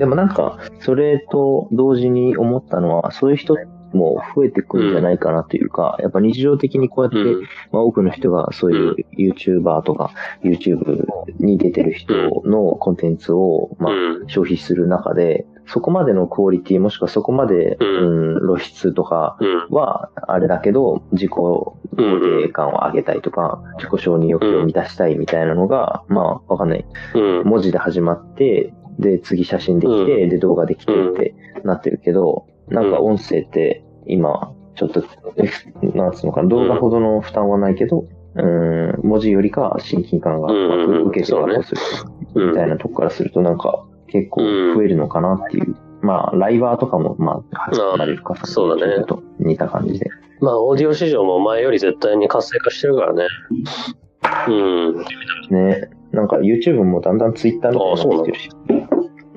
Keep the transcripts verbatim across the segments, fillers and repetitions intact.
でもなんか、それと同時に思ったのは、そういう人も増えてくるんじゃないかなというか、うん、やっぱ日常的にこうやって、うんまあ、多くの人がそういう YouTuber とか YouTube に出てる人のコンテンツを、まあ、消費する中で、そこまでのクオリティもしくはそこまで、うん、露出とかはあれだけど、自己肯定感を上げたいとか、自己承認欲求を満たしたいみたいなのが、まあわかんない。文字で始まって、で、次写真できて、で、動画できてってなってるけど、なんか音声って今、ちょっと、なんつうのかな、動画ほどの負担はないけど、うん、文字よりか親近感が受けてるとするみたいなとこからするとなんか結構増えるのかなっていう。まあ、ライバーとかも、まあ、始まれるか、 そうだね。 と似た感じで。 まあ、オーディオ市場も前より絶対に活性化してるからね。うん。 ね。なんか YouTube もだんだん Twitter みたいになってるし。うん、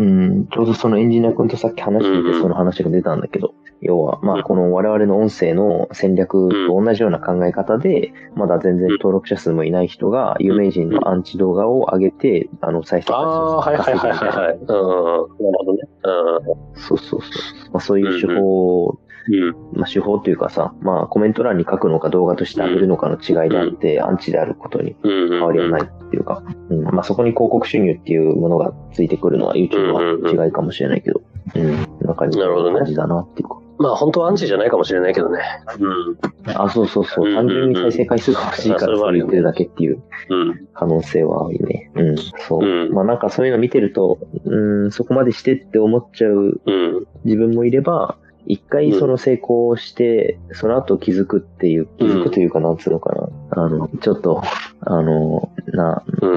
ちょうどそのエンジニア君とさっき話しててその話が出たんだけど、要は、まあ、この我々の音声の戦略と同じような考え方で、まだ全然登録者数もいない人が有名人のアンチ動画を上げて、あの、再生回数を稼ぐみたいな。ああ、はいはいはいはい。うん。なるほどね。うん。そうそうそう。まあ、そういう手法、うんまあ、手法というかさ、まあ、コメント欄に書くのか動画として上げるのかの違いであって、アンチであることに変わりはないっていうか、うんまあ、そこに広告収入っていうものがついてくるのは YouTube は違いかもしれないけど、うん、なんか似た感じだなっていうか。 まあ本当はアンチじゃないかもしれないけどね。 うん。あ、そうそうそう。単純に再生回数が欲しいからそう言ってるだけっていう可能性はあるね。うん。そう。うん、まあなんかそういうの見てると、うん、そこまでしてって思っちゃう自分もいれば、一回その成功して、うん、その後気づくっていう、気づくというかなんつうのかな。あの、ちょっと、あの、な、うん、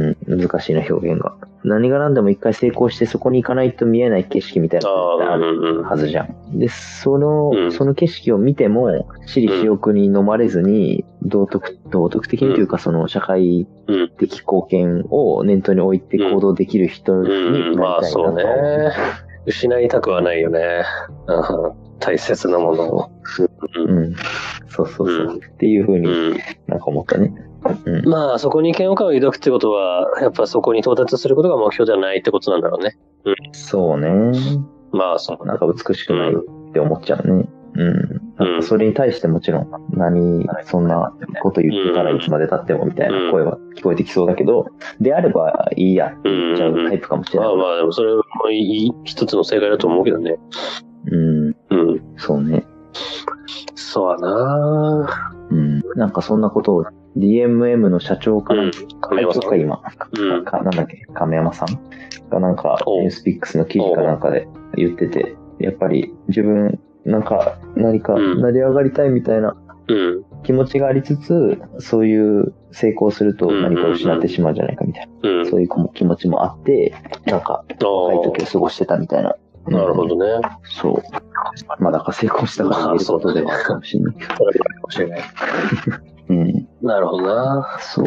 ん、難しいな表現が。何が何でも一回成功してそこに行かないと見えない景色みたいなのがあるはずじゃん。で、その、うん、その景色を見ても、私利私欲に飲まれずに、道徳、道徳的にというかその社会的貢献を念頭に置いて行動できる人になりたいなと。うんうん、まあそうね。 失いたくはないよね。大切なものを。 うん。そうそうそう。うん、っていう風になんか思ったね。 うん、まあ、そこに嫌悪感を抱くってことは、やっぱそこに到達することが目標ではないってことなんだろうね。 うん、そうね。 まあ、そう。 なんか美しくないって思っちゃうね。うん。なんかそれに対してもちろん、何、そんなこと言ってたらいつまで経ってもみたいな声は聞こえてきそうだけど、であればいいやって言っちゃうタイプかもしれない。 まあまあ、でもそれもいい一つの正解だと思うけどね。 うん。うん。そうね。 そうだなぁ。うん。なんかそんなことを ディーエムエム の社長から、うん、 亀山さんか今、うん、かなんだっけ、亀山さんがなんか、ニュースピックスの記事かなんかで言ってて、やっぱり自分、なんか何か成り上がりたいみたいな気持ちがありつつ、うん、そういう成功すると何か失ってしまうんじゃないかみたいな、うん、そういう気持ちもあって、なんか若い時を過ごしてたみたいな。 なるほどね。 そう。まあだから成功したから言えることではあるかもしれないけど。それかもしれない。 うん。 なるほどな。 そう。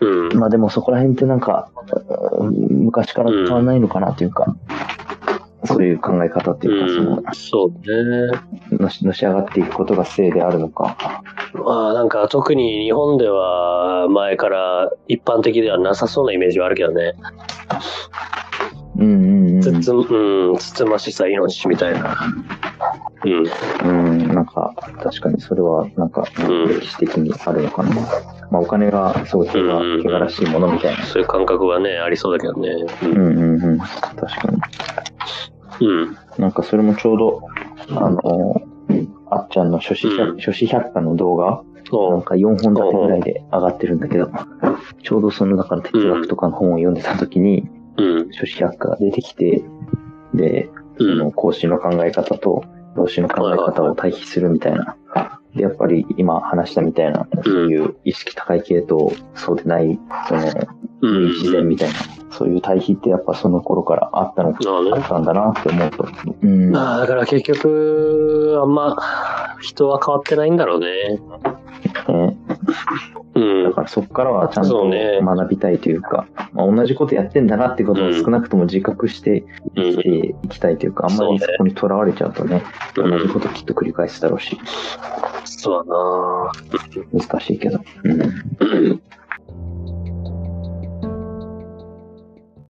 うん。まあでもそこら辺ってなんか、昔から変わらないのかなというか、うん、そういう考え方っていうか、その、 うん、そうね。 のし、のし上がっていくことが正であるのか。 まあなんか特に日本では前から一般的ではなさそうなイメージはあるけどね。 うんうんうん。 つつ、うん、つつましさ命みたいな。 うん。うん、なんか、確かにそれは、なんか、歴史的にあるのかな。うん、まあ、お金が、すごい手が、汚らしいものみたいな、 うん。そういう感覚はね、ありそうだけどね。 うん、うん、うんうん。確かに。うん。 なんか、それもちょうど、あの、あっちゃんの書子百、うん、書子百科の動画、なんかよんほん立てぐらいで上がってるんだけど、ちょうどその、だから哲学とかの本を読んでた時に、うん、書子百科が出てきて、で、その講師の考え方と老子の考え方を対比するみたいな。で、やっぱり今話したみたいな、そういう意識高い系とそうでない、その、自然みたいな、そういう対比ってやっぱその頃からあったのか、あったんだなって思うと。 うん。まあ、だから結局、あんま、人は変わってないんだろうね。 ねうん、だからそこからはちゃんと学びたいというか、ねまあ、同じことやってんだなってことを少なくとも自覚して生きていきたいというか、うん、あんまりそこにとらわれちゃうとね、うん、同じこときっと繰り返すだろうし。 そうだな難しいけど。うん